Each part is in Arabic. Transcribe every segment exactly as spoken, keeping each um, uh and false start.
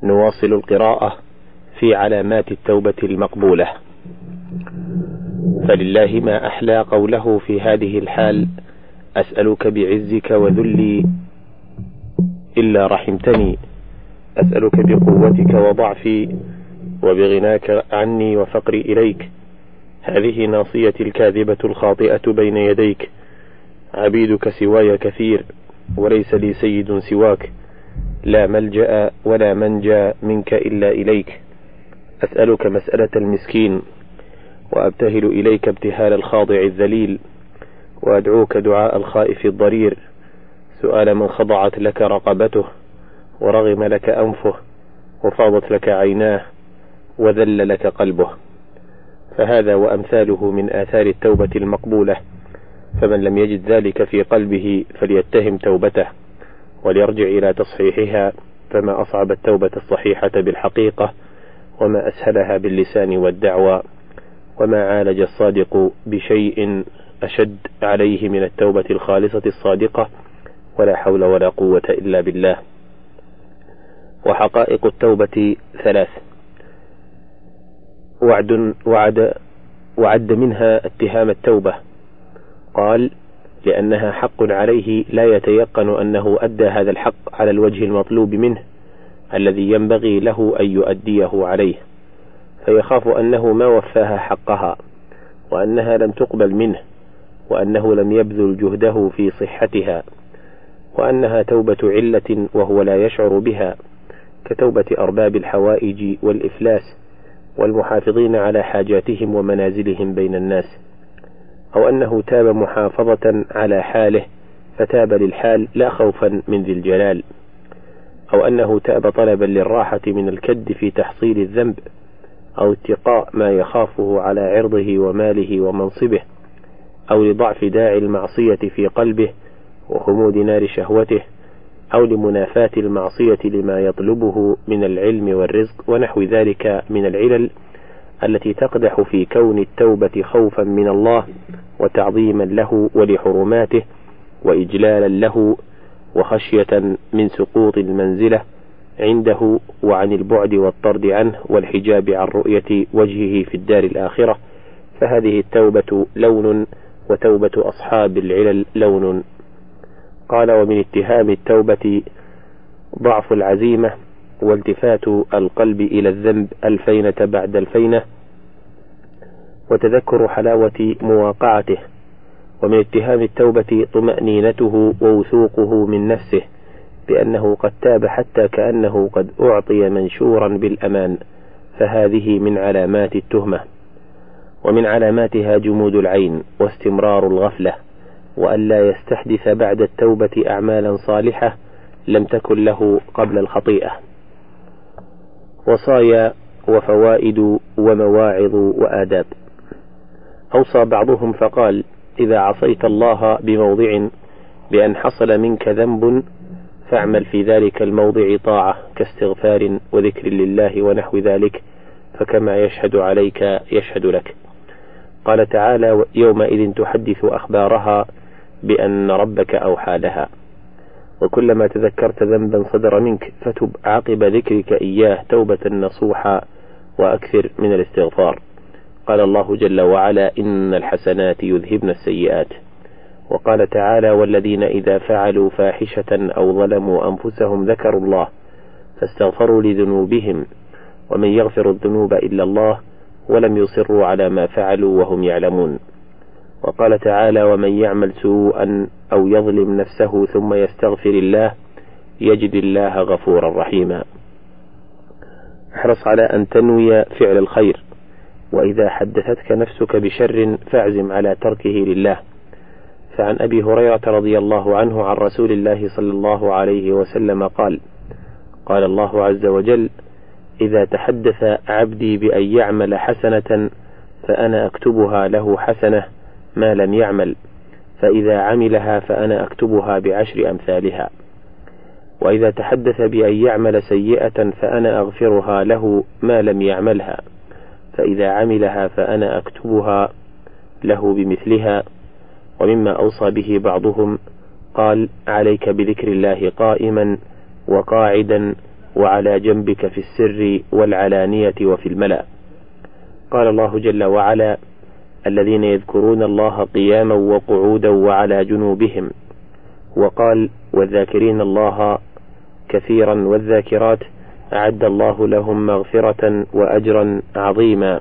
نواصل القراءة في علامات التوبة المقبولة. فلله ما أحلى قوله في هذه الحال: أسألك بعزك وذلي إلا رحمتني، أسألك بقوتك وضعفي وبغناك عني وفقري إليك. هذه ناصيتي الكاذبة الخاطئة بين يديك، عبيدك سواي كثير وليس لي سيد سواك، لا ملجأ ولا منجى منك إلا إليك. أسألك مسألة المسكين وأبتهل إليك ابتهال الخاضع الذليل، وأدعوك دعاء الخائف الضرير، سؤال من خضعت لك رقبته ورغم لك أنفه وفاضت لك عيناه وذل لك قلبه. فهذا وأمثاله من آثار التوبة المقبولة، فمن لم يجد ذلك في قلبه فليتهم توبته وليرجع إلى تصحيحها، فما أصعب التوبة الصحيحة بالحقيقة، وما أسهلها باللسان والدعوى، وما عالج الصادق بشيء أشد عليه من التوبة الخالصة الصادقة، ولا حول ولا قوة إلا بالله. وحقائق التوبة ثلاث: وعد, وعد, وعد منها اتهام التوبة، قال: لأنها حق عليه لا يتيقن أنه أدى هذا الحق على الوجه المطلوب منه الذي ينبغي له أن يؤديه عليه، فيخاف أنه ما وفاها حقها، وأنها لم تقبل منه، وأنه لم يبذل جهده في صحتها، وأنها توبة علة وهو لا يشعر بها، كتوبة أرباب الحوائج والإفلاس والمحافظين على حاجاتهم ومنازلهم بين الناس، أو أنه تاب محافظة على حاله فتاب للحال لا خوفا من ذي الجلال، أو أنه تاب طلبا للراحة من الكد في تحصيل الذنب، أو اتقاء ما يخافه على عرضه وماله ومنصبه، أو لضعف داعي المعصية في قلبه وخمود نار شهوته، أو لمنافاة المعصية لما يطلبه من العلم والرزق ونحو ذلك من العلل التي تقدح في كون التوبة خوفا من الله وتعظيما له ولحرماته وإجلالا له وخشية من سقوط المنزلة عنده وعن البعد والطرد عنه والحجاب عن رؤية وجهه في الدار الآخرة. فهذه التوبة لون، وتوبة أصحاب العلل لون. قال: ومن اتهام التوبة ضعف العزيمة والتفات القلب إلى الذنب الفينة بعد الفينة وتذكر حلاوة مواقعته. ومن اتهام التوبة طمأنينته ووثوقه من نفسه بأنه قد تاب حتى كأنه قد أعطي منشورا بالأمان، فهذه من علامات التهمة. ومن علاماتها جمود العين واستمرار الغفلة، وأن لا يستحدث بعد التوبة أعمالا صالحة لم تكن له قبل الخطيئة. وصايا وفوائد ومواعظ وآداب. أوصى بعضهم فقال: إذا عصيت الله بموضع بأن حصل منك ذنب فاعمل في ذلك الموضع طاعة كاستغفار وذكر لله ونحو ذلك، فكما يشهد عليك يشهد لك. قال تعالى: يومئذ تحدث أخبارها بأن ربك أوحى لها. وكلما تذكرت ذنبا صدر منك فتب عقب ذكرك إياه توبة نصوحا وأكثر من الاستغفار. قال الله جل وعلا: إن الحسنات يذهبن السيئات. وقال تعالى: والذين إذا فعلوا فاحشة أو ظلموا أنفسهم ذكروا الله فاستغفروا لذنوبهم ومن يغفر الذنوب إلا الله ولم يصروا على ما فعلوا وهم يعلمون. وقال تعالى: ومن يعمل سوءا أو يظلم نفسه ثم يستغفر الله يجد الله غفورا رحيما. احرص على أن تنوي فعل الخير، وإذا حدثتك نفسك بشر فاعزم على تركه لله. فعن أبي هريرة رضي الله عنه عن رسول الله صلى الله عليه وسلم قال: قال الله عز وجل: إذا تحدث عبدي بأن يعمل حسنة فأنا أكتبها له حسنة ما لم يعمل، فإذا عملها فأنا أكتبها بعشر أمثالها. وإذا تحدث بأن يعمل سيئة فأنا أغفرها له ما لم يعملها، فإذا عملها فأنا أكتبها له بمثلها. ومما أوصى به بعضهم قال: عليك بذكر الله قائما وقاعدا وعلى جنبك في السر والعلانية وفي الملأ. قال الله جل وعلا: الذين يذكرون الله قياما وقعودا وعلى جنوبهم. وقال: والذاكرين الله كثيرا والذاكرات أعد الله لهم مغفرة وأجرا عظيما.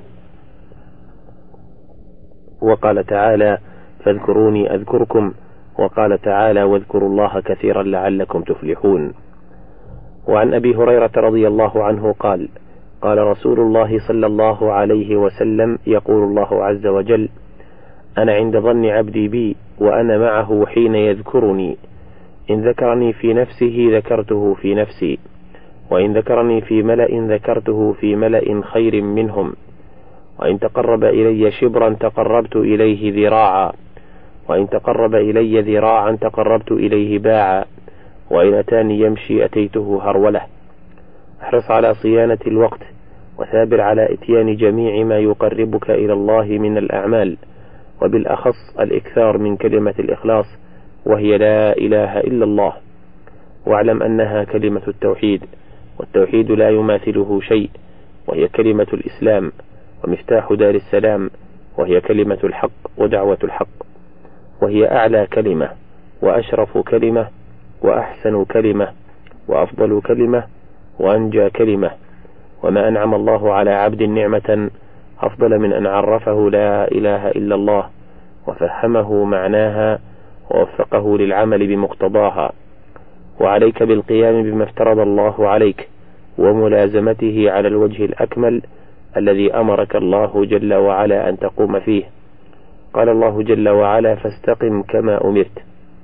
وقال تعالى: فاذكروني أذكركم. وقال تعالى: واذكروا الله كثيرا لعلكم تفلحون. وعن أبي هريرة رضي الله عنه قال: قال رسول الله صلى الله عليه وسلم: يقول الله عز وجل: أنا عند ظن عبدي بي وأنا معه حين يذكرني، إن ذكرني في نفسه ذكرته في نفسي، وإن ذكرني في ملأ ذكرته في ملأ خير منهم، وإن تقرب إلي شبرا تقربت إليه ذراعا، وإن تقرب إلي ذراعا تقربت إليه باعا، وإن أتاني يمشي أتيته هرولة. احرص على صيانة الوقت، وثابر على إتيان جميع ما يقربك إلى الله من الأعمال، وبالأخص الإكثار من كلمة الإخلاص، وهي لا إله إلا الله. واعلم أنها كلمة التوحيد، والتوحيد لا يماثله شيء، وهي كلمة الإسلام ومفتاح دار السلام، وهي كلمة الحق ودعوة الحق، وهي أعلى كلمة وأشرف كلمة وأحسن كلمة وأفضل كلمة وأنجى كلمة. وما أنعم الله على عبد نعمة أفضل من أن عرفه لا إله إلا الله وفهمه معناها ووفقه للعمل بمقتضاها. وعليك بالقيام بما افترض الله عليك وملازمته على الوجه الأكمل الذي أمرك الله جل وعلا أن تقوم فيه. قال الله جل وعلا: فاستقم كما أمرت.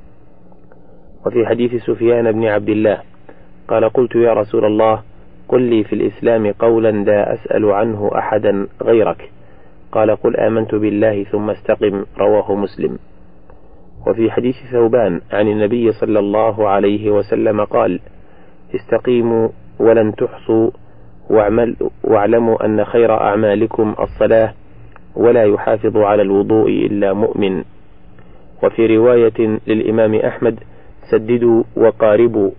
وفي حديث سفيان بن عبد الله قال: قلت يا رسول الله قل لي في الإسلام قولا لا أسأل عنه أحدا غيرك. قال: قل آمنت بالله ثم استقم. رواه مسلم. وفي حديث ثوبان عن النبي صلى الله عليه وسلم قال: استقيموا ولن تحصوا، واعلموا أن خير أعمالكم الصلاة، ولا يحافظ على الوضوء إلا مؤمن. وفي رواية للإمام أحمد: سددوا وقاربوا،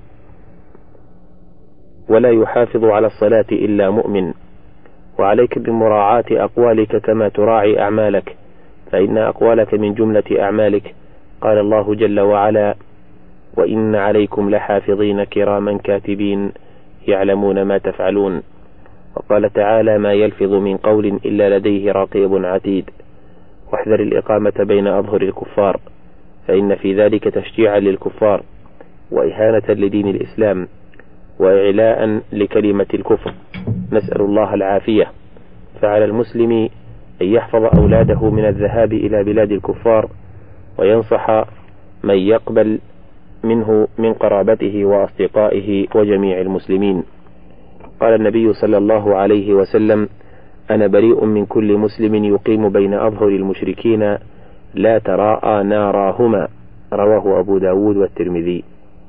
ولا يحافظ على الصلاة إلا مؤمن. وعليك بمراعاة أقوالك كما تراعي أعمالك، فإن أقوالك من جملة أعمالك. قال الله جل وعلا: وإن عليكم لحافظين كراما كاتبين يعلمون ما تفعلون. وقال تعالى: ما يلفظ من قول إلا لديه رقيب عتيد. واحذر الإقامة بين أظهر الكفار، فإن في ذلك تشجيعا للكفار وإهانة لدين الإسلام وإعلاء لكلمة الكفر. نسأل الله العافية. فعلى المسلم أن يحفظ أولاده من الذهاب إلى بلاد الكفار، وينصح من يقبل منه من قرابته وأصدقائه وجميع المسلمين. قال النبي صلى الله عليه وسلم: أنا بريء من كل مسلم يقيم بين أظهر المشركين لا تراءى ناراهما. رواه أبو داود والترمذي.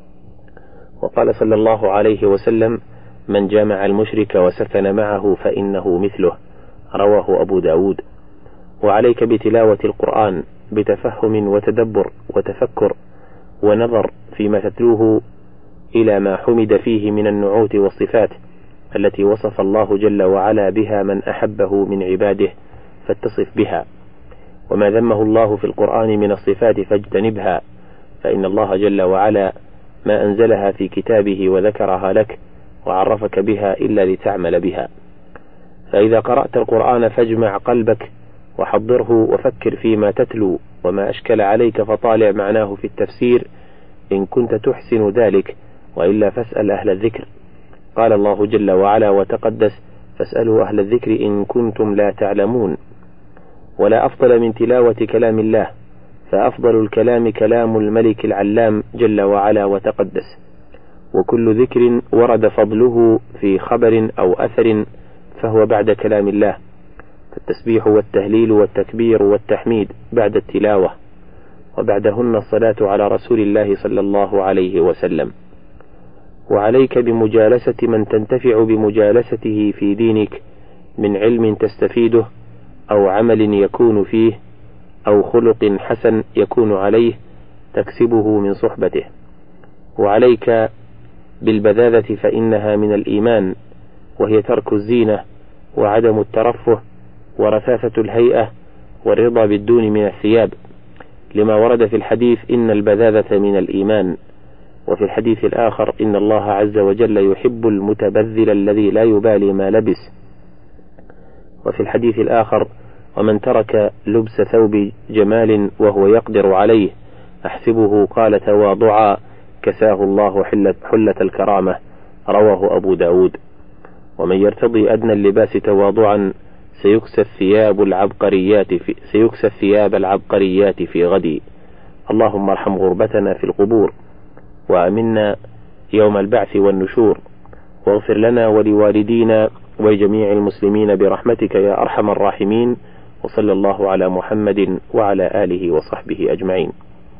وقال صلى الله عليه وسلم: من جامع المشرك وسكن معه فإنه مثله. رواه أبو داود. وعليك بتلاوة القرآن بتفهم وتدبر وتفكر ونظر فيما تتلوه إلى ما حمد فيه من النعوت والصفات التي وصف الله جل وعلا بها من أحبه من عباده، فاتصف بها. وما ذمه الله في القرآن من الصفات فاجتنبها، فإن الله جل وعلا ما أنزلها في كتابه وذكرها لك وعرفك بها إلا لتعمل بها. فإذا قرأت القرآن فاجمع قلبك وحضره وفكر فيما تتلو، وما أشكل عليك فطالع معناه في التفسير إن كنت تحسن ذلك، وإلا فاسأل أهل الذكر. قال الله جل وعلا وتقدس: فاسألوا أهل الذكر إن كنتم لا تعلمون. ولا أفضل من تلاوة كلام الله، فأفضل الكلام كلام الملك العلام جل وعلا وتقدس. وكل ذكر ورد فضله في خبر أو أثر فهو بعد كلام الله، فالتسبيح والتهليل والتكبير والتحميد بعد التلاوة، وبعدهن الصلاة على رسول الله صلى الله عليه وسلم. وعليك بمجالسة من تنتفع بمجالسته في دينك من علم تستفيده، أو عمل يكون فيه، أو خلق حسن يكون عليه تكسبه من صحبته. وعليك بالبذاذة فإنها من الإيمان، وهي ترك الزينة وعدم الترفه ورثاثة الهيئة والرضا بالدون من الثياب، لما ورد في الحديث إن البذاذة من الإيمان. وفي الحديث الآخر إن الله عز وجل يحب المتبذل الذي لا يبالي ما لبس. وفي الحديث الآخر ومن ترك لبس ثوب جمال وهو يقدر عليه أحسبه قال تواضعا كساه الله حلة, حلة الكرامة، رواه أبو داود. ومن يرتضي أدنى اللباس تواضعا سيكسى الثياب العبقريات في سيكسى الثياب العبقريات في غدي. اللهم ارحم غربتنا في القبور، وأمنا يوم البعث والنشور، واغفر لنا ولوالدينا ولجميع المسلمين برحمتك يا أرحم الراحمين. وصلى الله على محمد وعلى آله وصحبه أجمعين.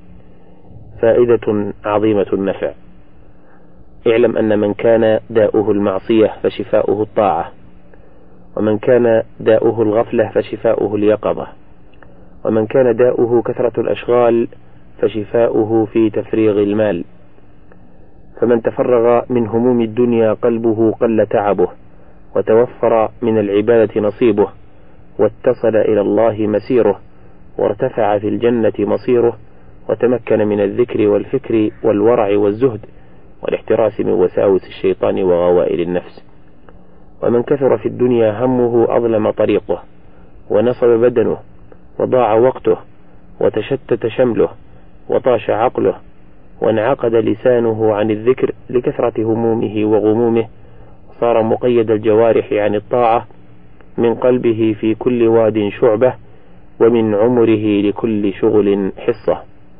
فائدة عظيمة النفع. اعلم أن من كان داؤه المعصية فشفاؤه الطاعة، ومن كان داؤه الغفلة فشفاؤه اليقظة، ومن كان داؤه كثرة الأشغال فشفاؤه في تفريغ المال. فمن تفرغ من هموم الدنيا قلبه قل تعبه، وتوفر من العبادة نصيبه، واتصل إلى الله مسيره، وارتفع في الجنة مصيره، وتمكن من الذكر والفكر والورع والزهد والاحتراس من وساوس الشيطان وغوائل النفس. ومن كثر في الدنيا همه أظلم طريقه، ونصب بدنه، وضاع وقته، وتشتت شمله، وطاش عقله، وانعقد لسانه عن الذكر لكثرة همومه وغمومه، صار مقيد الجوارح عن الطاعة، من قلبه في كل واد شعبة، ومن عمره لكل شغل حصة.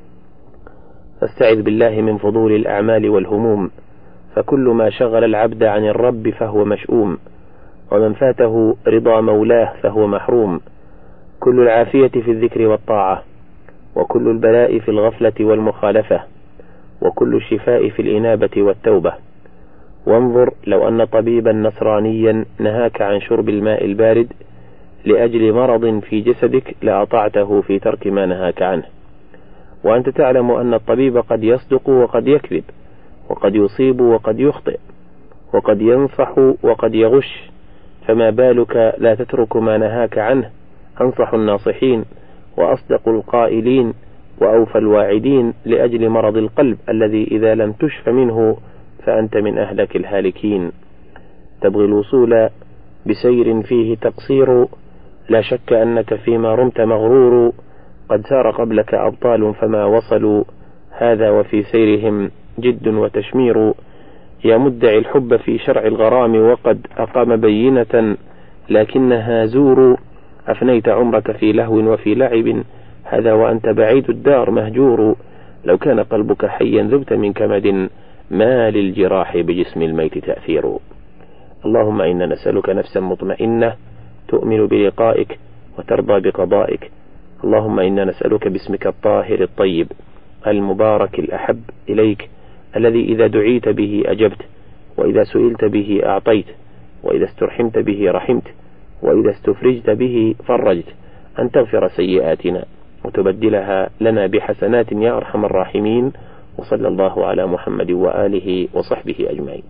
فاستعذ بالله من فضول الأعمال والهموم، فكل ما شغل العبد عن الرب فهو مشؤوم، ومن فاته رضا مولاه فهو محروم. كل العافية في الذكر والطاعة، وكل البلاء في الغفلة والمخالفة، وكل الشفاء في الإنابة والتوبة. وانظر لو أن طبيبا نصرانيا نهاك عن شرب الماء البارد لأجل مرض في جسدك لأطعته في ترك ما نهاك عنه، وأنت تعلم أن الطبيب قد يصدق وقد يكذب، وقد يصيب وقد يخطئ، وقد ينصح وقد يغش، فما بالك لا تترك ما نهاك عنه. أنصح الناصحين وأصدق القائلين وأوفى الواعدين لأجل مرض القلب الذي إذا لم تشف منه فأنت من أهلك الهالكين. تبغي الوصول بسير فيه تقصير، لا شك أنك فيما رمت مغرور. قد سار قبلك أبطال فما وصلوا، هذا وفي سيرهم جد وتشمير. يا مدعي الحب في شرع الغرام وقد أقام بينة لكنها زور، أفنيت عمرك في لهو وفي لعب، هذا وأنت بعيد الدار مهجور. لو كان قلبك حيا ذبت من كمد، ما للجراح بجسم الميت تأثير. اللهم إنا نسألك نفسا مطمئنة تؤمن بلقائك وترضى بقضائك. اللهم إنا نسألك باسمك الطاهر الطيب المبارك الأحب إليك، الذي إذا دعيت به أجبت، وإذا سئلت به أعطيت، وإذا استرحمت به رحمت، وإذا استفرجت به فرجت، أن تغفر سيئاتنا وتبدلها لنا بحسنات يا أرحم الراحمين. وصلى الله على محمد وآله وصحبه أجمعين.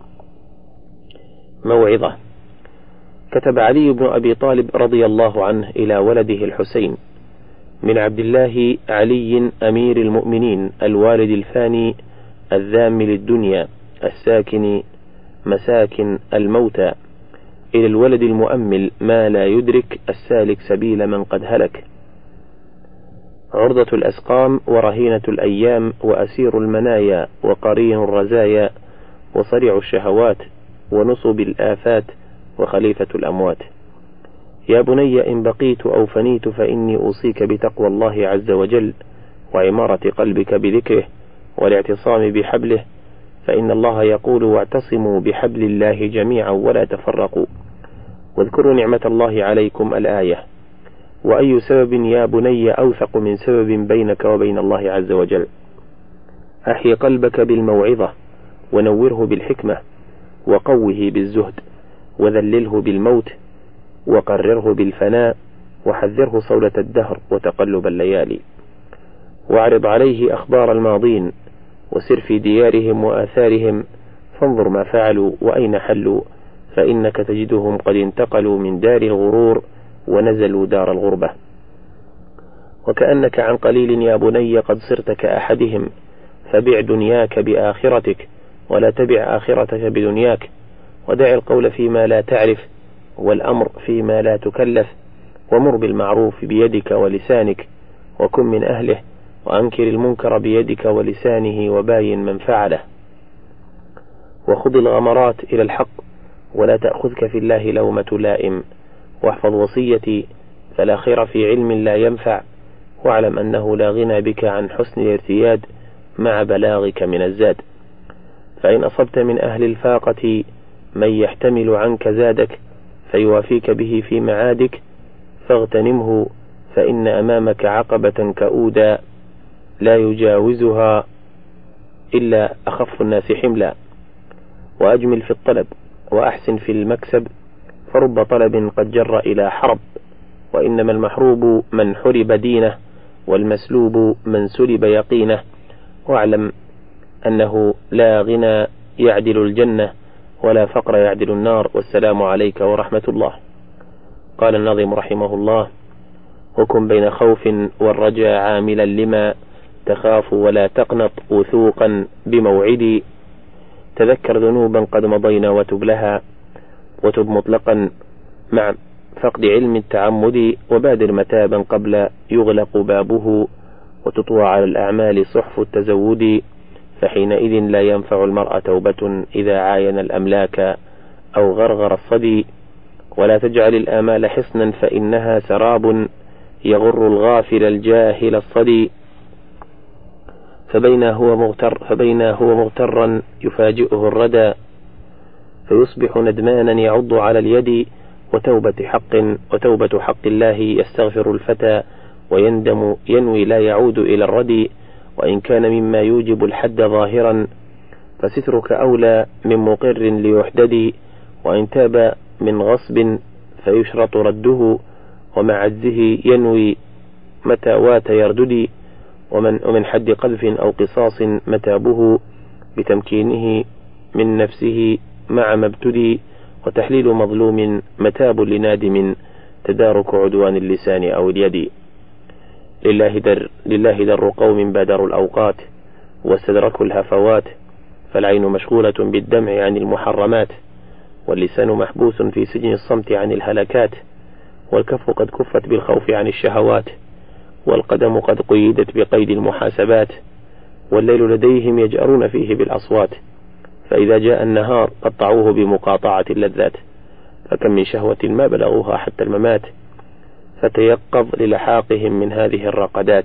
موعظة. كتب علي بن أبي طالب رضي الله عنه إلى ولده الحسين: من عبد الله علي أمير المؤمنين الوالد الفاني الذام للدنيا الساكن مساكن الموتى، إلى الولد المؤمل ما لا يدرك السالك سبيل من قد هلك، عرضة الأسقام ورهينة الأيام وأسير المنايا وقرين الرزايا وصريع الشهوات ونصب الآفات وخليفة الأموات. يا بني إن بقيت أو فنيت فإني أوصيك بتقوى الله عز وجل، وعمارة قلبك بذكره، والاعتصام بحبله، فإن الله يقول: واعتصموا بحبل الله جميعا ولا تفرقوا. واذكروا نعمة الله عليكم الآية. وأي سبب يا بني أوثق من سبب بينك وبين الله عز وجل؟ أحي قلبك بالموعظة، ونوره بالحكمة، وقوه بالزهد، وذلله بالموت، وقرره بالفناء، وحذره صولة الدهر وتقلب الليالي. واعرض عليه أخبار الماضين، وسر في ديارهم وآثارهم، فانظر ما فعلوا وأين حلوا، فإنك تجدهم قد انتقلوا من دار الغرور ونزلوا دار الغربة. وكأنك عن قليل يا بني قد صرت كأحدهم، فبع دنياك بآخرتك ولا تبع آخرتك بدنياك، ودع القول فيما لا تعرف والأمر فيما لا تكلف، ومر بالمعروف بيدك ولسانك وكن من أهله، وأنكر المنكر بيدك ولسانه وباين من فعله، وخذ الغمرات إلى الحق ولا تأخذك في الله لومة لائم، واحفظ وصيتي فلا خير في علم لا ينفع، واعلم أنه لا غنى بك عن حسن الارتياد مع بلاغك من الزاد، فإن أصبت من أهل الفاقة من يحتمل عنك زادك فيوافيك به في معادك، فاغتنمه فإن أمامك عقبة كؤودا لا يجاوزها إلا أخف الناس حملا، وأجمل في الطلب وأحسن في المكسب، فرب طلب قد جر إلى حرب، وإنما المحروب من حرب دينه والمسلوب من سلب يقينه، واعلم أنه لا غنى يعدل الجنة ولا فقر يعدل النار، والسلام عليك ورحمة الله. قال الناظم رحمه الله: وكن بين خوف والرجاء عاملا لما تخاف ولا تقنط وثوقا بموعدي، تذكر ذنوبا قد مضينا وتب لها، وتب مطلقا مع فقد علم التعمد، وبادر متابا قبل يغلق بابه، وتطوى على الأعمال صحف التزود، فحينئذ لا ينفع المرء توبة إذا عاين الأملاك أو غرغر الصدي، ولا تجعل الآمال حصنا فإنها سراب يغر الغافل الجاهل الصدي، فبين هو مغتر فبين هو مغترا يفاجئه الردى، فيصبح ندمانا يعض على اليد، وتوبة حق وتوبة حق الله يستغفر الفتى ويندم ينوي لا يعود إلى الردي، وإن كان مما يوجب الحد ظاهرا فسترك أولى من مقر ليحدد، وإن تاب من غصب فيشرط رده، ومع عجزه ينوي متى وات يرددي، ومن, ومن حد قذف أو قصاص متابه بتمكينه من نفسه مع ما ابتدي، وتحليل مظلوم متاب لنادم تدارك عدوان اللسان أو اليد. لله در, لله در قوم بادروا الأوقات واستدركوا الهفوات، فالعين مشغولة بالدمع عن المحرمات، واللسان محبوس في سجن الصمت عن الهلكات، والكف قد كفت بالخوف عن الشهوات، والقدم قد قيدت بقيد المحاسبات، والليل لديهم يجأرون فيه بالأصوات، فإذا جاء النهار قطعوه بمقاطعة اللذات، فكم من شهوة ما بلغوها حتى الممات، فتيقظ للحاقهم من هذه الرقدات،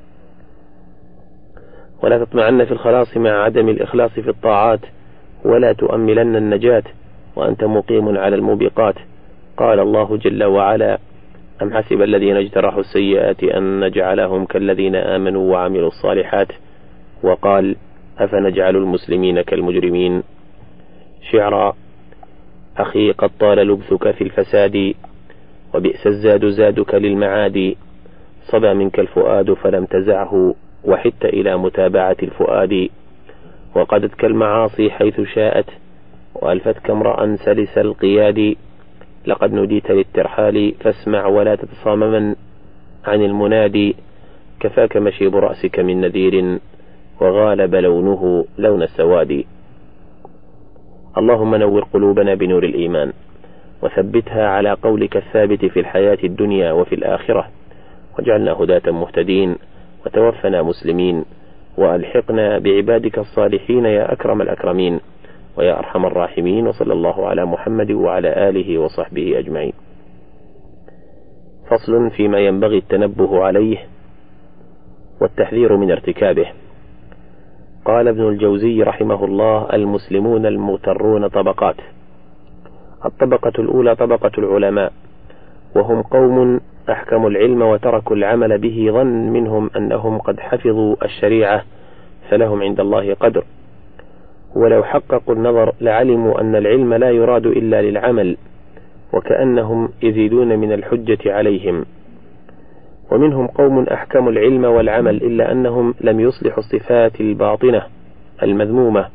ولا تطمعن في الخلاص مع عدم الإخلاص في الطاعات، ولا تؤملن النجاة وأنت مقيم على الموبقات. قال الله جل وعلا: أم حسب الذين اجترحوا السيئات أن نجعلهم كالذين آمنوا وعملوا الصالحات، وقال: أفنجعل المسلمين كالمجرمين. شعرا: أخي قد طال لبثك في الفساد، وبئس الزاد زادك للمعاد، صبا منك الفؤاد فلم تزعه، وحدت إلى متابعة الفؤاد، وقدتك المعاصي حيث شاءت، وألفتك امرأ سلس القياد، لقد نديت للترحال فاسمع ولا تتصامما عن المنادي، كفاك مشيب رأسك من نذير، وغالب لونه لون السواد. اللهم نور قلوبنا بنور الإيمان، وثبتها على قولك الثابت في الحياة الدنيا وفي الآخرة، واجعلنا هداة مهتدين، وتوفنا مسلمين، وألحقنا بعبادك الصالحين يا أكرم الأكرمين ويا أرحم الراحمين، وصلى الله على محمد وعلى آله وصحبه أجمعين. فصل فيما ينبغي التنبه عليه والتحذير من ارتكابه. قال ابن الجوزي رحمه الله: المسلمون المغترون طبقات. الطبقة الأولى طبقة العلماء، وهم قوم أحكموا العلم وتركوا العمل به، ظن منهم أنهم قد حفظوا الشريعة فلهم عند الله قدر، ولو حققوا النظر لعلموا أن العلم لا يراد إلا للعمل، وكأنهم يزيدون من الحجة عليهم. ومنهم قوم أحكموا العلم والعمل إلا أنهم لم يصلحوا الصفات الباطنة المذمومة،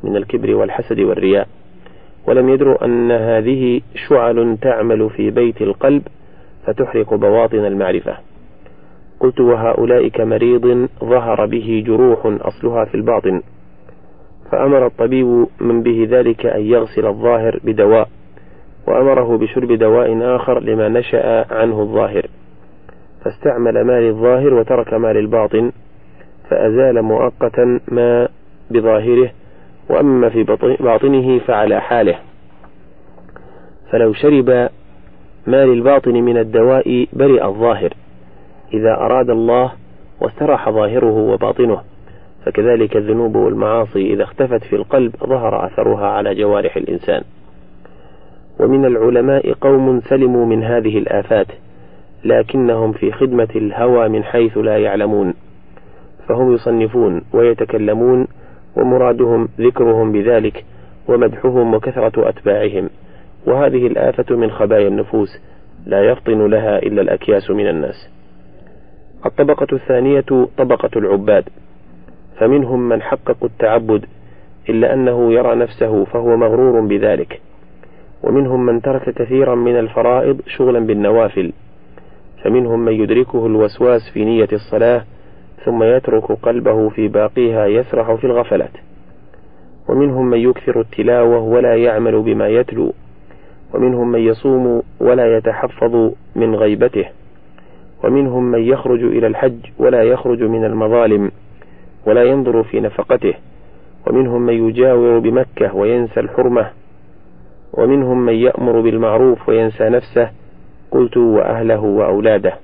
من الكبر والحسد والرياء، ولم يدروا أن هذه شعل تعمل في بيت القلب فتحرق بواطن المعرفة. قلت وهؤلاء كمريض ظهر به جروح أصلها في الباطن، فأمر الطبيب من به ذلك أن يغسل الظاهر بدواء، وأمره بشرب دواء آخر لما نشأ عنه الظاهر، فاستعمل مال الظاهر وترك مال الباطن، فأزال مؤقتا ما بظاهره، وأما في باطنه فعلى حاله. فلو شرب مال الباطن من الدواء برئ الظاهر إذا أراد الله واستراح ظاهره وباطنه، فكذلك الذنوب والمعاصي إذا اختفت في القلب ظهر أثرها على جوارح الإنسان. ومن العلماء قوم سلموا من هذه الآفات لكنهم في خدمة الهوى من حيث لا يعلمون، فهم يصنفون ويتكلمون ومرادهم ذكرهم بذلك ومدحهم وكثرة أتباعهم، وهذه الآفة من خبايا النفوس لا يفطن لها إلا الأكياس من الناس. الطبقة الثانية طبقة العباد، فمنهم من حقق التعبد إلا أنه يرى نفسه فهو مغرور بذلك، ومنهم من ترك كثيرا من الفرائض شغلا بالنوافل، فمنهم من يدركه الوسواس في نية الصلاة ثم يترك قلبه في باقيها يسرح في الغفلات، ومنهم من يكثر التلاوة ولا يعمل بما يتلو، ومنهم من يصوم ولا يتحفظ من غيبته، ومنهم من يخرج إلى الحج ولا يخرج من المظالم ولا ينظر في نفقته، ومنهم من يجاور بمكة وينسى الحرمة، ومنهم من يأمر بالمعروف وينسى نفسه، قلت وأهله وأولاده،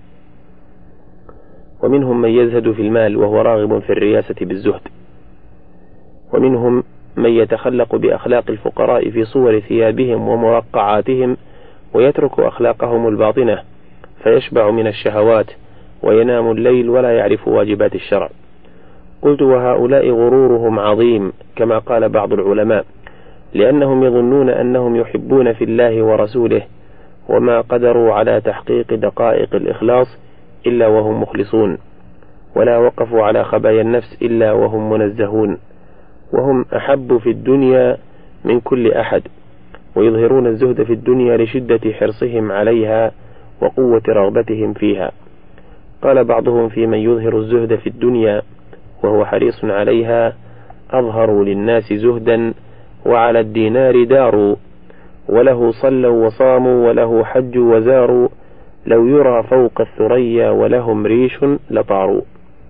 ومنهم من يزهد في المال وهو راغب في الرياسة بالزهد، ومنهم من يتخلق بأخلاق الفقراء في صور ثيابهم ومرقعاتهم ويترك أخلاقهم الباطنة فيشبع من الشهوات وينام الليل ولا يعرف واجبات الشرع. قلت وهؤلاء غرورهم عظيم كما قال بعض العلماء، لأنهم يظنون أنهم يحبون في الله ورسوله وما قدروا على تحقيق دقائق الإخلاص إلا وهم مخلصون، ولا وقفوا على خبايا النفس إلا وهم منزهون، وهم أحب في الدنيا من كل أحد، ويظهرون الزهد في الدنيا لشدة حرصهم عليها وقوة رغبتهم فيها. قال بعضهم في من يظهر الزهد في الدنيا وهو حريص عليها: أظهروا للناس زهدا وعلى الدينار داروا، وله صلوا وصاموا وله حج وزاروا، لو يرى فوق الثريا ولهم ريش لطاروا.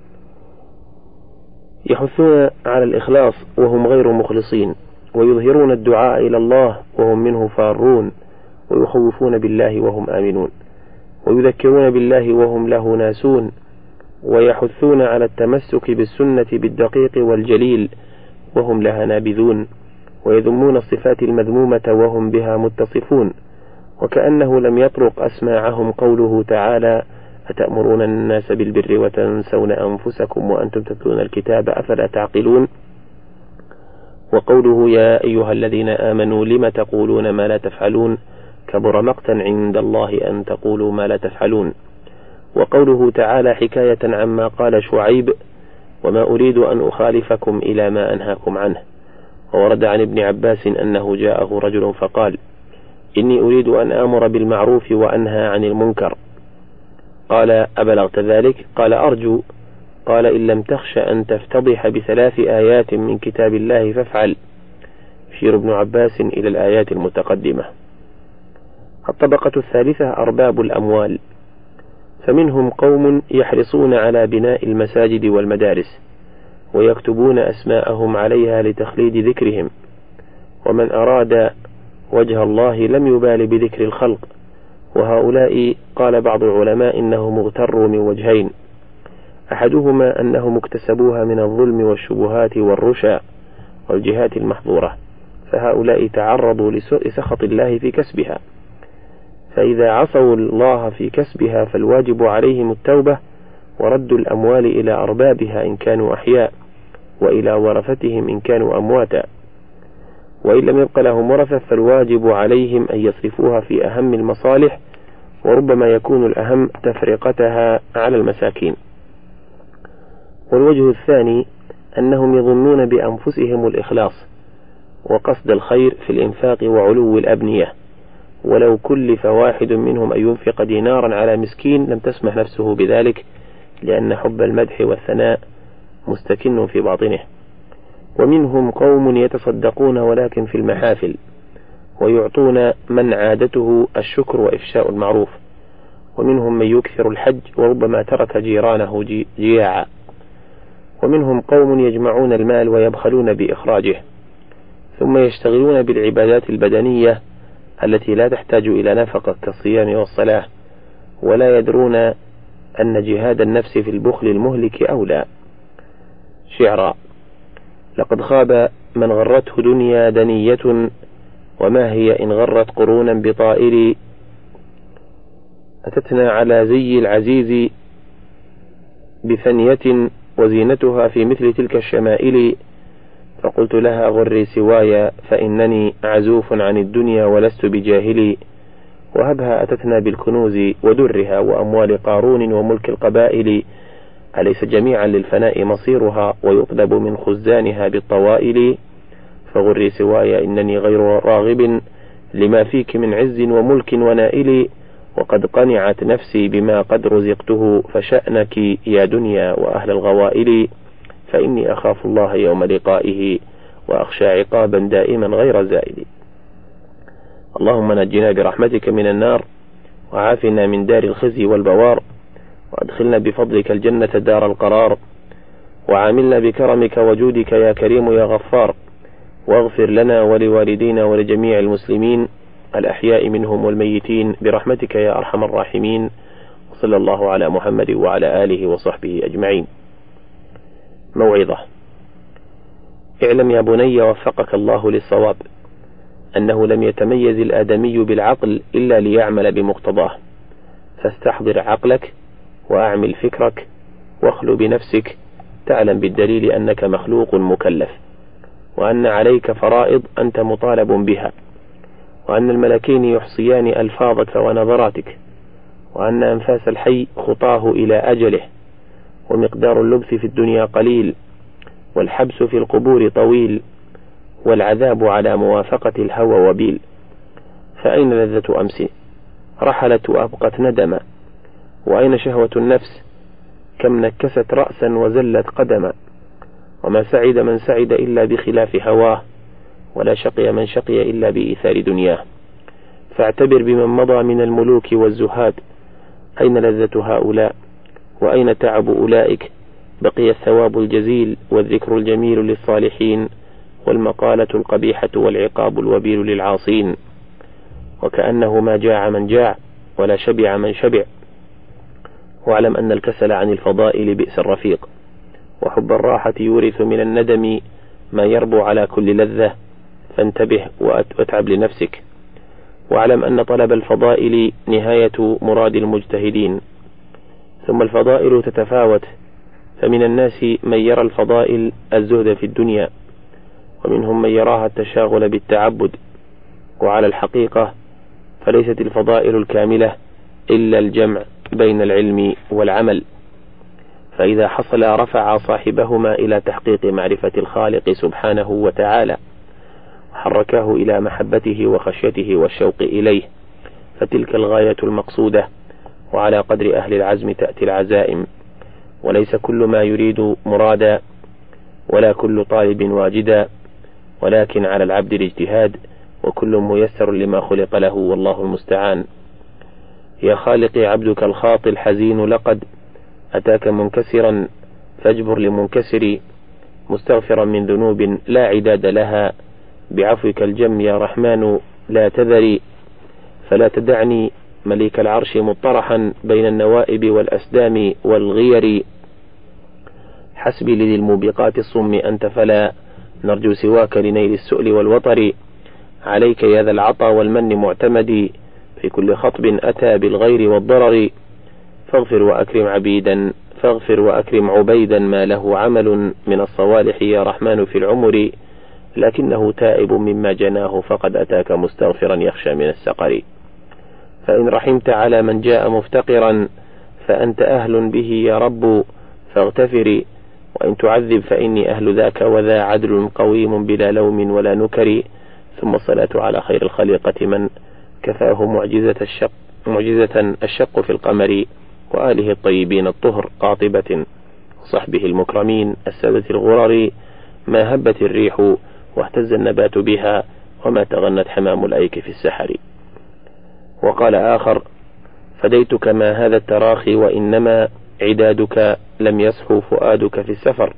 يحثون على الإخلاص وهم غير مخلصين، ويظهرون الدعاء إلى الله وهم منه فارون، ويخوفون بالله وهم آمنون، ويذكرون بالله وهم له ناسون، ويحثون على التمسك بالسنة بالدقيق والجليل وهم لها نابذون، ويذمون الصفات المذمومة وهم بها متصفون، وكأنه لم يطرق أسماعهم قوله تعالى: أتأمرون الناس بالبر وتنسون أنفسكم وأنتم تتلون الكتاب أفلا تعقلون، وقوله: يا أيها الذين آمنوا لم تقولون ما لا تفعلون كبر مقتا عند الله أن تقولوا ما لا تفعلون، وقوله تعالى حكاية عما قال شعيب: وما أريد أن أخالفكم إلى ما أنهاكم عنه. وورد عن ابن عباس أنه جاءه رجل فقال: إني أريد أن آمر بالمعروف وأنهى عن المنكر. قال: أبلغت ذلك؟ قال: أرجو. قال: إن لم تخش أن تفتضح بثلاث آيات من كتاب الله فافعل. يشير ابن عباس إلى الآيات المتقدمة. الطبقة الثالثة أرباب الأموال، فمنهم قوم يحرصون على بناء المساجد والمدارس ويكتبون أسماءهم عليها لتخليد ذكرهم، ومن أراد وجه الله لم يبال بذكر الخلق، وهؤلاء قال بعض العلماء إنهم اغتروا من وجهين: أحدهما أنهم اكتسبوها من الظلم والشبهات والرشا والجهات المحظورة، فهؤلاء تعرضوا لسخط الله في كسبها، فإذا عصوا الله في كسبها فالواجب عليهم التوبة ورد الأموال إلى أربابها إن كانوا أحياء، وإلى ورثتهم إن كانوا أمواتا، وإن لم يبق لهم ورثة فالواجب عليهم أن يصرفوها في أهم المصالح، وربما يكون الأهم تفرقتها على المساكين. والوجه الثاني أنهم يظنون بأنفسهم الإخلاص، وقصد الخير في الإنفاق وعلو الأبنية، ولو كلف واحد منهم أن ينفق دينارا على مسكين لم تسمح نفسه بذلك، لأن حب المدح والثناء مستكن في باطنه. ومنهم قوم يتصدقون ولكن في المحافل، ويعطون من عادته الشكر وإفشاء المعروف. ومنهم من يكثر الحج وربما ترك جيرانه جياعا. ومنهم قوم يجمعون المال ويبخلون بإخراجه، ثم يشتغلون بالعبادات البدنية التي لا تحتاج إلى نفقة كالصيام والصلاة، ولا يدرون أن جهاد النفس في البخل المهلك أولى. شعرا: لقد خاب من غرته دنيا دنية، وما هي إن غرت قرونا بطائر. أتتنا على زي العزيز بثنية، وزينتها في مثل تلك الشمائل. فقلت لها غري سواي، فإنني عزوف عن الدنيا ولست بجاهلي. وهبها أتتنا بالكنوز ودرها وأموال قارون وملك القبائل. أليس جميعا للفناء مصيرها، ويطلب من خزانها بالطوائل. فغري سواي إنني غير راغب لما فيك من عز وملك ونائل. وقد قنعت نفسي بما قد رزقته، فشأنك يا دنيا وأهل الغوائل. فإني أخاف الله يوم لقائه، وأخشى عقابا دائما غير زائل. اللهم نجنا برحمتك من النار، وعافنا من دار الخزي والبوار، وأدخلنا بفضلك الجنة دار القرار، وعاملنا بكرمك وجودك يا كريم يا غفار. واغفر لنا ولوالدينا ولجميع المسلمين الأحياء منهم والميتين برحمتك يا أرحم الراحمين. وصلى الله على محمد وعلى آله وصحبه أجمعين. موعظة. اعلم يا بني وفقك الله للصواب أنه لم يتميز الآدمي بالعقل إلا ليعمل بمقتضاه، فاستحضر عقلك وأعمل فكرك واخلو بنفسك، تعلم بالدليل أنك مخلوق مكلف، وأن عليك فرائض أنت مطالب بها، وأن الملكين يحصيان ألفاظك ونظراتك، وأن أنفاس الحي خطاه إلى أجله، ومقدار اللبث في الدنيا قليل، والحبس في القبور طويل، والعذاب على موافقة الهوى وبيل. فأين لذة أمس رحلت وأبقت ندما، وأين شهوة النفس كم نكست رأسا وزلت قدما. وما سعد من سعد إلا بخلاف هواه، ولا شقي من شقي إلا بإيثار دنياه. فاعتبر بمن مضى من الملوك والزهاد، أين لذة هؤلاء وأين تعب أولئك. بقي الثواب الجزيل والذكر الجميل للصالحين، والمقالة القبيحة والعقاب الوبيل للعاصين. وكأنه ما جاع من جاع ولا شبع من شبع. واعلم أن الكسل عن الفضائل بئس الرفيق، وحب الراحة يورث من الندم ما يربو على كل لذة. فانتبه واتعب لنفسك. واعلم أن طلب الفضائل نهاية مراد المجتهدين. ثم الفضائل تتفاوت، فمن الناس من يرى الفضائل الزهد في الدنيا، ومنهم من يراها التشاغل بالتعبد. وعلى الحقيقة فليست الفضائل الكاملة إلا الجمع بين العلم والعمل، فإذا حصل رفع صاحبهما إلى تحقيق معرفة الخالق سبحانه وتعالى، وحركاه إلى محبته وخشيته والشوق إليه، فتلك الغاية المقصودة. وعلى قدر أهل العزم تأتي العزائم، وليس كل ما يريد مرادا، ولا كل طالب واجدا، ولكن على العبد الاجتهاد، وكل ميسر لما خلق له، والله المستعان. يا خالقي عبدك الخاطي الحزين لقد أتاك منكسرا، فاجبر لمنكسري، مستغفرا من ذنوب لا عداد لها، بعفوك الجم يا رحمن لا تذري. فلا تدعني مليك العرش مطرحا بين النوائب والأسدام والغير. حسبي لذي الموبقات الصم أنت، فلا نرجو سواك لنيل السؤل والوطر. عليك يا ذا العطا والمن معتمدي، في كل خطب أتى بالغير والضرر. فاغفر وأكرم عبيدا فاغفر وأكرم عبيدا، ما له عمل من الصوالح يا رحمن في العمر، لكنه تائب مما جناه، فقد أتاك مستغفرا يخشى من السقر. فإن رحمت على من جاء مفتقرا، فأنت أهل به يا رب، فاغتفري. وإن تعذب فإني أهل ذاك، وذا عدل قويم بلا لوم ولا نكر. ثم الصلاة على خير الخليقة من كفاه معجزة الشق, معجزة الشق في القمر، وآله الطيبين الطهر قاطبة، وصحبه المكرمين السادة الغرر، ما هبت الريح واهتز النبات بها، وما تغنت حمام الأيك في السحر. وقال آخر: فديتك ما هذا التراخي، وإنما عدادك لم يصحو فؤادك في السفر.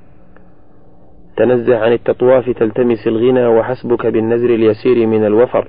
تنزه عن التطواف تلتمس الغنى، وحسبك بالنزر اليسير من الوفر.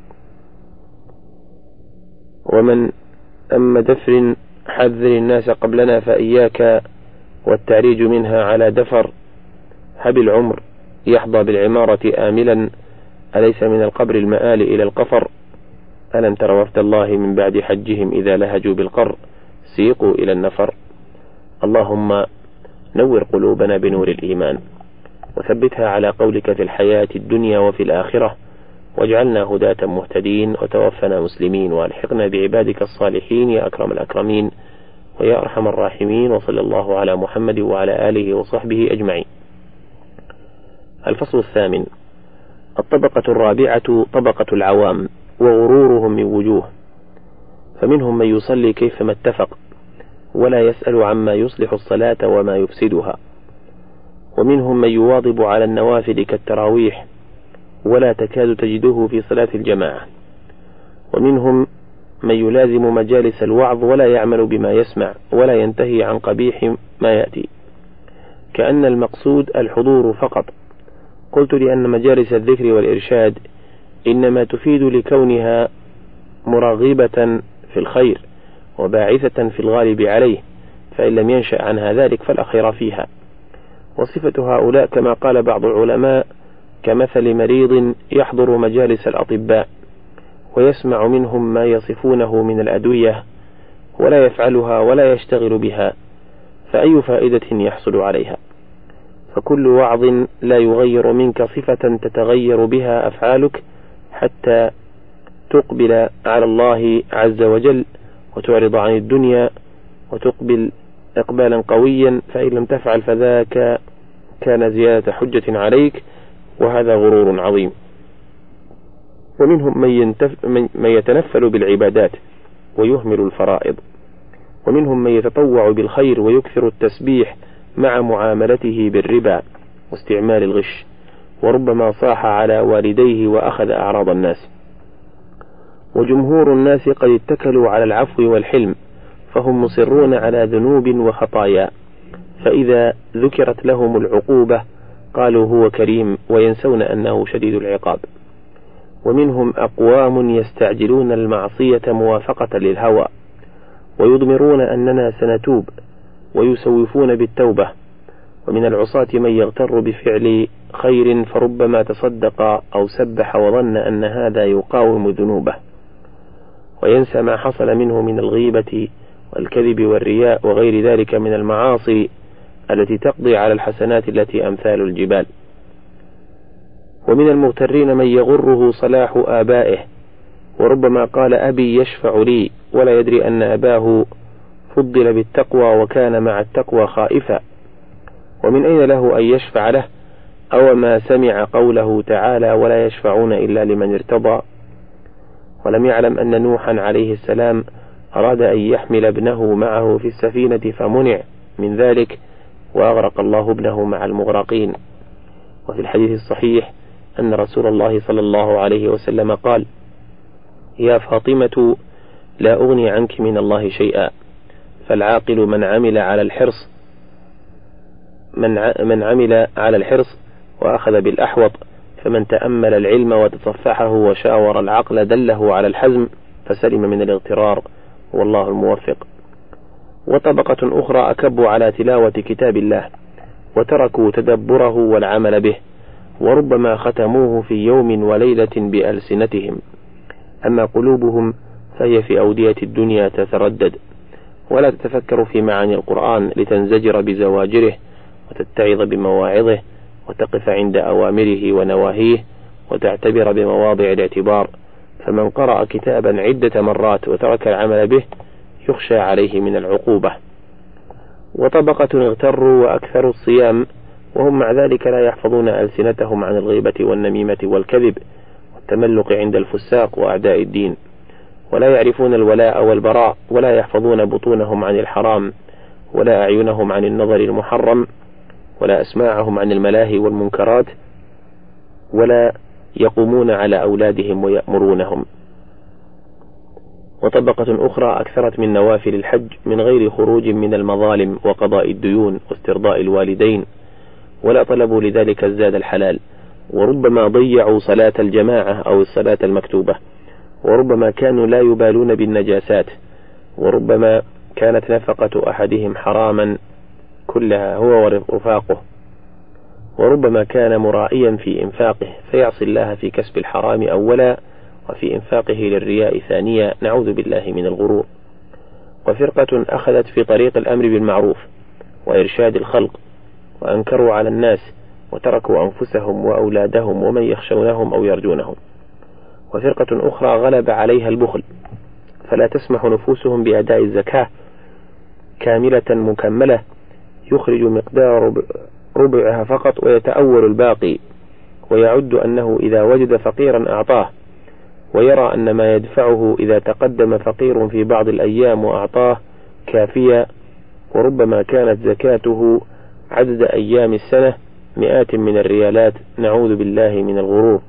ومن أم دفر حذر الناس قبلنا، فإياك والتعريج منها على دفر. هب العمر يحظى بالعمارة آملا، أليس من القبر المآل إلى القفر. ألم تر وفد الله من بعد حجهم إذا لهجوا بالقر، سيقوا إلى النفر. اللهم نور قلوبنا بنور الإيمان، وثبتها على قولك في الحياة الدنيا وفي الآخرة، واجعلنا هداة مهتدين، وتوفنا مسلمين، والحقنا بعبادك الصالحين يا أكرم الأكرمين ويا أرحم الراحمين. وصلى الله على محمد وعلى آله وصحبه أجمعين. الفصل الثامن: الطبقة الرابعة طبقة العوام، وغرورهم من وجوه. فمنهم من يصلي كيفما اتفق، ولا يسأل عما يصلح الصلاة وما يفسدها. ومنهم من يواظب على النوافل كالتراويح، ولا تكاد تجده في صلاة الجماعة. ومنهم من يلازم مجالس الوعظ، ولا يعمل بما يسمع، ولا ينتهي عن قبيح ما يأتي، كأن المقصود الحضور فقط. قلت لأن مجالس الذكر والإرشاد إنما تفيد لكونها مرغبة في الخير، وباعثة في الغالب عليه، فإن لم ينشأ عنها ذلك فلا خير فيها. وصفة هؤلاء كما قال بعض العلماء كمثل مريض يحضر مجالس الأطباء، ويسمع منهم ما يصفونه من الأدوية، ولا يفعلها ولا يشتغل بها، فأي فائدة يحصل عليها؟ فكل وعظ لا يغير منك صفة تتغير بها أفعالك حتى تقبل على الله عز وجل، وتعرض عن الدنيا وتقبل إقبالا قويا، فإن لم تفعل فذاك كان زيادة حجة عليك، وهذا غرور عظيم. ومنهم من, ينتف من يتنفل بالعبادات ويهمل الفرائض. ومنهم من يتطوع بالخير ويكثر التسبيح مع معاملته بالربا واستعمال الغش، وربما صاح على والديه وأخذ أعراض الناس. وجمهور الناس قد اتكلوا على العفو والحلم، فهم مصرون على ذنوب وخطايا، فإذا ذكرت لهم العقوبة قالوا هو كريم، وينسون أنه شديد العقاب. ومنهم أقوام يستعجلون المعصية موافقة للهوى، ويضمرون أننا سنتوب، ويسوفون بالتوبة. ومن العصاة من يغتر بفعل خير، فربما تصدق أو سبح وظن أن هذا يقاوم ذنوبه، وينسى ما حصل منه من الغيبة والكذب والرياء وغير ذلك من المعاصي التي تقضي على الحسنات التي أمثال الجبال. ومن المغترين من يغره صلاح آبائه، وربما قال أبي يشفع لي، ولا يدري أن أباه فضل بالتقوى وكان مع التقوى خائفا. ومن أين له أن يشفع له؟ أو ما سمع قوله تعالى ولا يشفعون إلا لمن ارتضى. ولم يعلم أن نوحا عليه السلام أراد أن يحمل ابنه معه في السفينة فمنع من ذلك، وأغرق الله ابنه مع المغرقين. وفي الحديث الصحيح أن رسول الله صلى الله عليه وسلم قال: يا فاطمة لا أغني عنك من الله شيئا، فالعاقل من عمل على الحرص من من عمل على الحرص وأخذ بالأحوط، فمن تأمل العلم وتصفحه وشاور العقل دله على الحزم، فسلم من الاغترار، والله الموفق. وطبقة أخرى أكبوا على تلاوة كتاب الله، وتركوا تدبره والعمل به، وربما ختموه في يوم وليلة بألسنتهم، أما قلوبهم فهي في أودية الدنيا تتردد، ولا تتفكر في معاني القرآن لتنزجر بزواجره وتتعظ بمواعظه، وتقف عند أوامره ونواهيه، وتعتبر بمواضع الاعتبار. فمن قرأ كتابا عدة مرات وترك العمل به يخشى عليه من العقوبة. وطبقة اغتروا وأكثروا الصيام وهم مع ذلك لا يحفظون ألسنتهم عن الغيبة والنميمة والكذب والتملق عند الفساق وأعداء الدين، ولا يعرفون الولاء والبراء، ولا يحفظون بطونهم عن الحرام، ولا أعينهم عن النظر المحرم، ولا أسماعهم عن الملاهي والمنكرات، ولا يقومون على أولادهم ويأمرونهم. وطبقة أخرى أكثرت من نوافل الحج من غير خروج من المظالم وقضاء الديون واسترضاء الوالدين، ولا طلبوا لذلك الزاد الحلال، وربما ضيعوا صلاة الجماعة أو الصلاة المكتوبة، وربما كانوا لا يبالون بالنجاسات، وربما كانت نفقة أحدهم حراما كلها هو ورفاقه، وربما كان مرائيا في إنفاقه فيعصي الله في كسب الحرام أولا وفي إنفاقه للرياء ثانيا، نعوذ بالله من الغرور. وفرقة أخذت في طريق الأمر بالمعروف وإرشاد الخلق وأنكروا على الناس وتركوا أنفسهم وأولادهم ومن يخشونهم أو يرجونهم. وفرقة أخرى غلب عليها البخل فلا تسمح نفوسهم بأداء الزكاة كاملة مكملة يخرج مقدار ربعها فقط ويتأول الباقي، ويعد أنه إذا وجد فقيرا أعطاه، ويرى أن ما يدفعه إذا تقدم فقير في بعض الأيام وأعطاه كافية، وربما كانت زكاته عدد أيام السنة مئات من الريالات، نعوذ بالله من الغرور.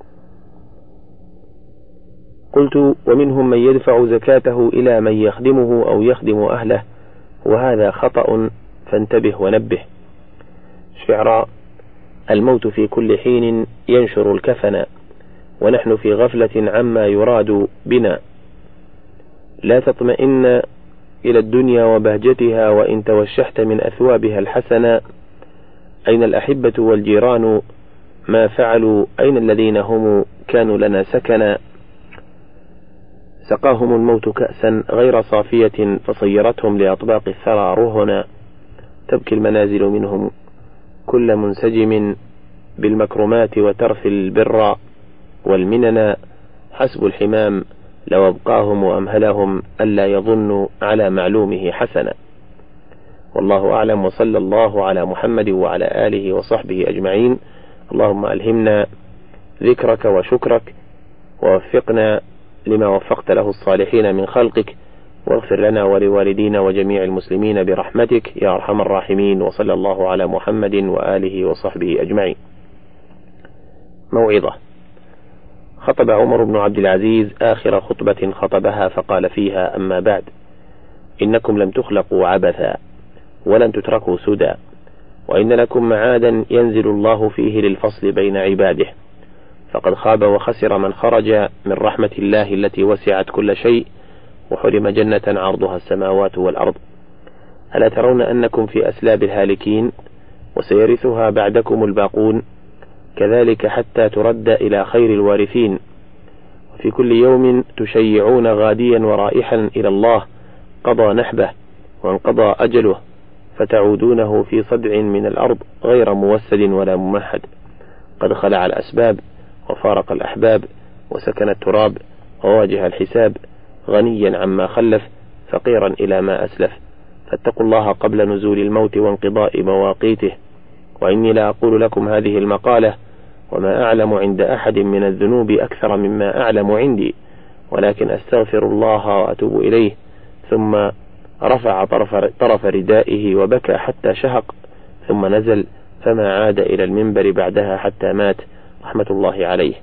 قلت: ومنهم من يدفع زكاته إلى من يخدمه أو يخدم أهله، وهذا خطأ فانتبه ونبه. شعراء: الموت في كل حين ينشر الكفن، ونحن في غفلة عما يراد بنا. لا تطمئن إلى الدنيا وبهجتها وإن توشحت من أثوابها الحسنة. أين الأحبة والجيران ما فعلوا؟ أين الذين هم كانوا لنا سكنا؟ سقاهم الموت كأسا غير صافية فصيرتهم لأطباق الثرى رهنا. تبكي المنازل منهم كل منسجم بالمكرمات وترثي البر والمننا. حسب الحمام لو أبقاهم وأمهلهم ألا يظنوا على معلومه حسنا. والله أعلم، وصلى الله على محمد وعلى آله وصحبه أجمعين. اللهم ألهمنا ذكرك وشكرك، ووفقنا لما وفقت له الصالحين من خلقك، واغفر لنا ولوالدينا وجميع المسلمين برحمتك يا أرحم الراحمين. وصلى الله على محمد وآله وصحبه أجمعين. موعظة. خطب عمر بن عبد العزيز آخر خطبة خطبها فقال فيها: أما بعد، إنكم لم تخلقوا عبثا ولن تتركوا سدى، وإن لكم معادا ينزل الله فيه للفصل بين عباده، فقد خاب وخسر من خرج من رحمة الله التي وسعت كل شيء وحرم جنة عرضها السماوات والأرض. ألا ترون أنكم في أسلاب الهالكين وسيرثها بعدكم الباقون؟ كذلك حتى ترد إلى خير الوارثين. وفي كل يوم تشيعون غاديا ورائحا إلى الله قضى نحبه وانقضى أجله، فتعودونه في صدع من الأرض غير موسد ولا ممهد، قد خلع الأسباب وفارق الأحباب وسكن التراب وواجه الحساب، غنيا عما خلف فقيرا إلى ما أسلف. فاتقوا الله قبل نزول الموت وانقضاء مواقيته. وإني لا أقول لكم هذه المقالة وما أعلم عند أحد من الذنوب أكثر مما أعلم عندي، ولكن أستغفر الله وأتوب إليه. ثم رفع طرف, طرف ردائه وبكى حتى شهق، ثم نزل فما عاد إلى المنبر بعدها حتى مات رحمة الله عليه.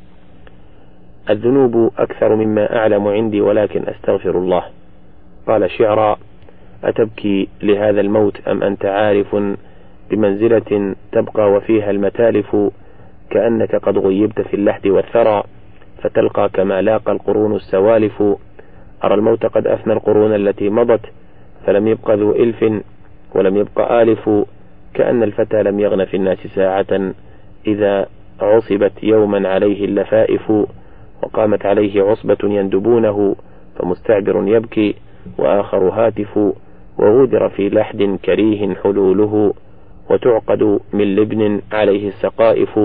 الذنوب أكثر مما أعلم عندي ولكن أستغفر الله. قال شعرا: أتبكي لهذا الموت أم أنت عارف بمنزلة تبقى وفيها المتالف، كأنك قد غيبت في اللحد والثرى فتلقى كما لاقى القرون السوالف. أرى الموت قد أفنى القرون التي مضت، فلم يبق ذو إلف ولم يبق آلف، كأن الفتى لم يغن في الناس ساعة إذا عصبت يوما عليه اللفائف، وقامت عليه عصبة يندبونه فمستعبر يبكي وآخر هاتف، وغدر في لحد كريه حلوله، وتعقد من لبن عليه السقائف.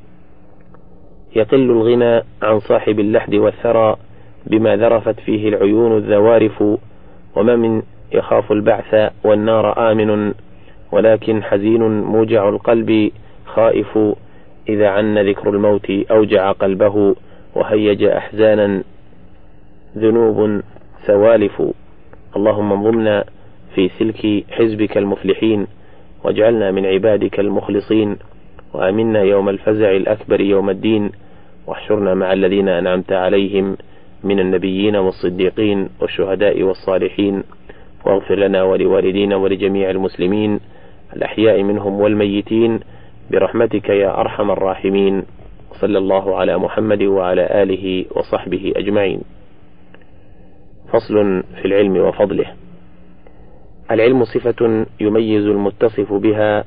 يقل الغنى عن صاحب اللحد والثرى بما ذرفت فيه العيون الذوارف، وما من يخاف البعث والنار آمن، ولكن حزين موجع القلب خائف، إذا عن ذكر الموت أوجع قلبه، وهيج أحزانا ذنوب سوالف. اللهم انظمنا في سلك حزبك المفلحين، واجعلنا من عبادك المخلصين، وآمنا يوم الفزع الأكبر يوم الدين، واحشرنا مع الذين أنعمت عليهم من النبيين والصديقين والشهداء والصالحين، واغفر لنا ولوالدينا ولجميع المسلمين الأحياء منهم والميتين برحمتك يا أرحم الراحمين. صلى الله على محمد وعلى آله وصحبه أجمعين. فصل في العلم وفضله. العلم صفة يميز المتصف بها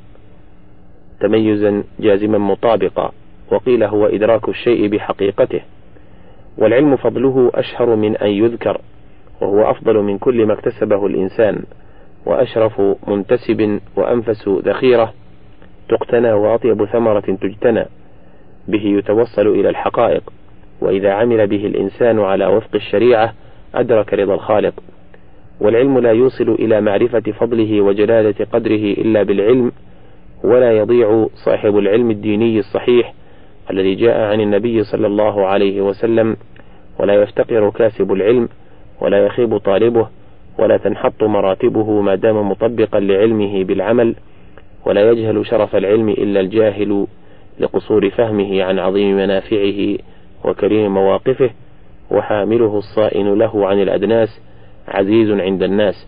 تميزا جازما مطابقا، وقيل هو إدراك الشيء بحقيقته. والعلم فضله أشهر من أن يذكر، وهو أفضل من كل ما اكتسبه الإنسان، وأشرف منتسب وأنفس ذخيرة تقتنى، وأطيب ثمرة تجتنى، به يتوصل إلى الحقائق، وإذا عمل به الإنسان على وفق الشريعة أدرك رضا الخالق. والعلم لا يوصل إلى معرفة فضله وجلالة قدره إلا بالعلم، ولا يضيع صاحب العلم الديني الصحيح الذي جاء عن النبي صلى الله عليه وسلم، ولا يفتقر كاسب العلم، ولا يخيب طالبه، ولا تنحط مراتبه ما دام مطبقا لعلمه بالعمل، ولا يجهل شرف العلم إلا الجاهل لقصور فهمه عن عظيم منافعه وكريم مواقفه، وحامله الصائن له عن الأدناس عزيز عند الناس.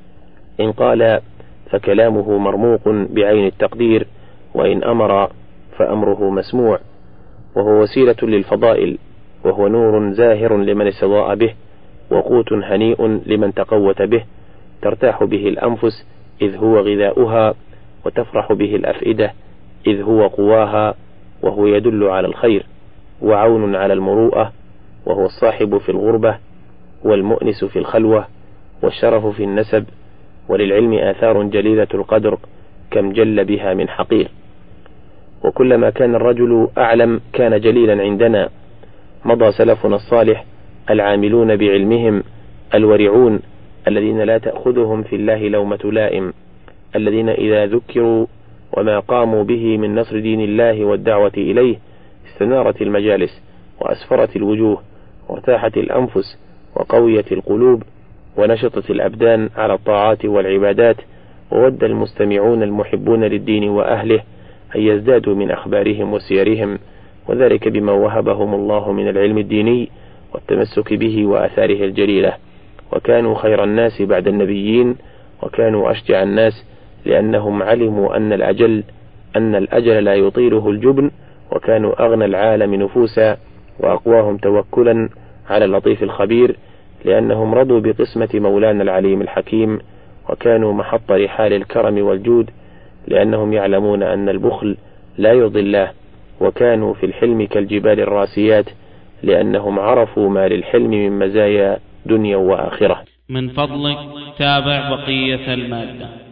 إن قال فكلامه مرموق بعين التقدير، وإن أمر فأمره مسموع. وهو وسيلة للفضائل، وهو نور زاهر لمن استضاء به، وقوت هنيء لمن تقوت به، ترتاح به الأنفس إذ هو غذاؤها، وتفرح به الأفئدة إذ هو قواها، وهو يدل على الخير، وعون على المروءة، وهو الصاحب في الغربة، والمؤنس في الخلوة، والشرف في النسب. وللعلم آثار جليلة القدر كم جل بها من حقير. وكلما كان الرجل أعلم كان جليلا عندنا. مضى سلفنا الصالح العاملون بعلمهم الورعون، الذين لا تأخذهم في الله لومة لائم، الذين إذا ذكروا وما قاموا به من نصر دين الله والدعوة إليه استنارت المجالس، وأسفرت الوجوه، وارتاحت الأنفس، وقويت القلوب، ونشطت الأبدان على الطاعات والعبادات، وود المستمعون المحبون للدين وأهله أن يزدادوا من أخبارهم وسيرهم، وذلك بما وهبهم الله من العلم الديني والتمسك به وآثاره الجليلة. وكانوا خير الناس بعد النبيين، وكانوا أشجع الناس، لأنهم علموا أن الأجل أن الأجل لا يطيله الجبن، وكانوا أغنى العالم نفوسا، وأقواهم توكلا على اللطيف الخبير، لأنهم رضوا بقسمة مولانا العليم الحكيم، وكانوا محط رحال الكرم والجود، لأنهم يعلمون أن البخل لا يرضي الله، وكانوا في الحلم كالجبال الراسيات، لأنهم عرفوا ما للحلم من مزايا دنيا وآخرة. من فضلك تابع بقية المادة.